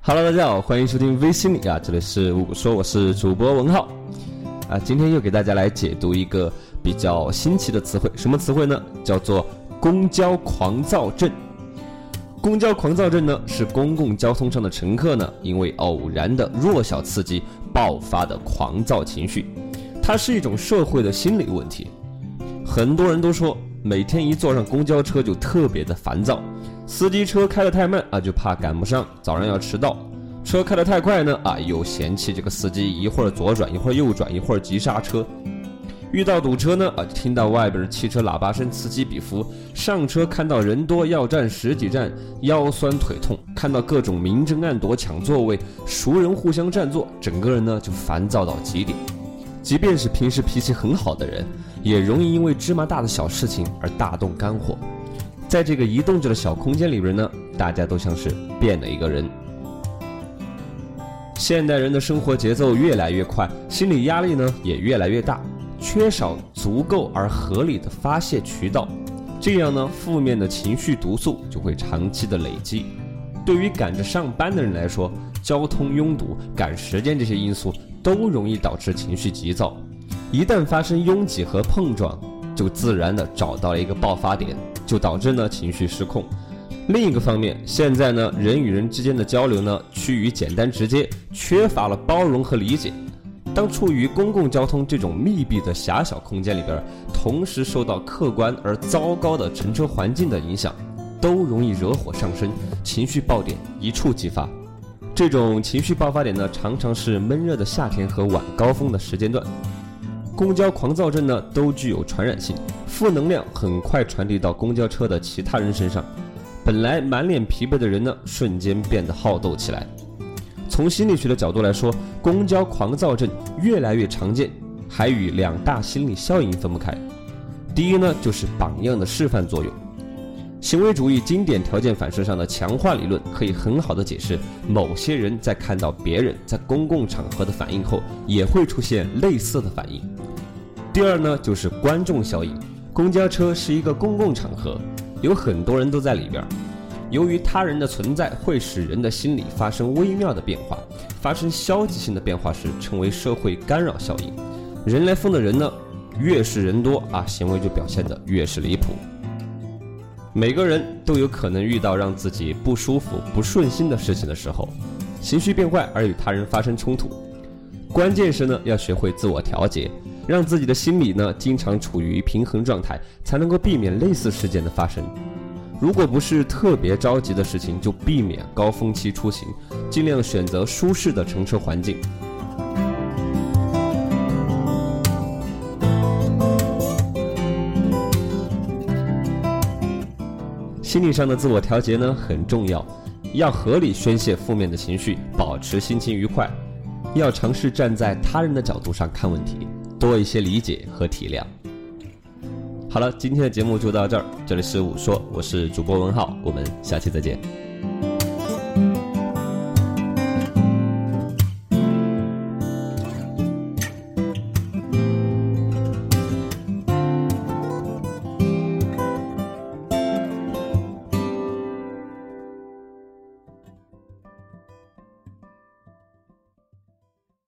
Hello， 大家好，欢迎收听微心理啊，这里是武说，我是主播文浩啊。今天又给大家来解读一个比较新奇的词汇，什么词汇呢？叫做公交狂躁症。公交狂躁症呢，是公共交通上的乘客呢，因为偶然的弱小刺激爆发的狂躁情绪，它是一种社会的心理问题。很多人都说，每天一坐上公交车就特别的烦躁。司机车开得太慢啊，就怕赶不上，早上要迟到；车开得太快呢啊，又嫌弃这个司机一会儿左转，一会儿右转，一会儿急刹车。遇到堵车呢啊，听到外边的汽车喇叭声此起彼伏；上车看到人多要站十几站，腰酸腿痛；看到各种明争暗夺抢座位，熟人互相占座，整个人呢就烦躁到极点。即便是平时脾气很好的人，也容易因为芝麻大的小事情而大动肝火。在这个移动着的小空间里边呢，大家都像是变了一个人。现代人的生活节奏越来越快，心理压力呢也越来越大，缺少足够而合理的发泄渠道，这样呢，负面的情绪毒素就会长期的累积。对于赶着上班的人来说，交通拥堵、赶时间这些因素都容易导致情绪急躁。一旦发生拥挤和碰撞，就自然的找到了一个爆发点，就导致呢情绪失控。另一个方面，现在呢人与人之间的交流呢趋于简单直接，缺乏了包容和理解。当处于公共交通这种密闭的狭小空间里边，同时受到客观而糟糕的乘车环境的影响，都容易惹火上身，情绪爆点一触即发。这种情绪爆发点呢，常常是闷热的夏天和晚高峰的时间段。公交狂躁症呢，都具有传染性，负能量很快传递到公交车的其他人身上。本来满脸疲惫的人呢，瞬间变得好斗起来。从心理学的角度来说，公交狂躁症越来越常见，还与两大心理效应分不开。第一呢，就是榜样的示范作用。行为主义经典条件反射上的强化理论可以很好的解释，某些人在看到别人在公共场合的反应后，也会出现类似的反应。第二呢，就是观众效应。公交车是一个公共场合，有很多人都在里边。由于他人的存在会使人的心理发生微妙的变化，发生消极性的变化时称为社会干扰效应。人来疯的人呢，越是人多啊，行为就表现得越是离谱。每个人都有可能遇到让自己不舒服、不顺心的事情的时候，情绪变坏而与他人发生冲突。关键是呢，要学会自我调节，让自己的心理呢经常处于平衡状态，才能够避免类似事件的发生。如果不是特别着急的事情，就避免高峰期出行，尽量选择舒适的乘车环境。心理上的自我调节呢很重要，要合理宣泄负面的情绪，保持心情愉快。要尝试站在他人的角度上看问题，多一些理解和体谅。好了，今天的节目就到这儿，这里是武说，我是主播文浩，我们下期再见。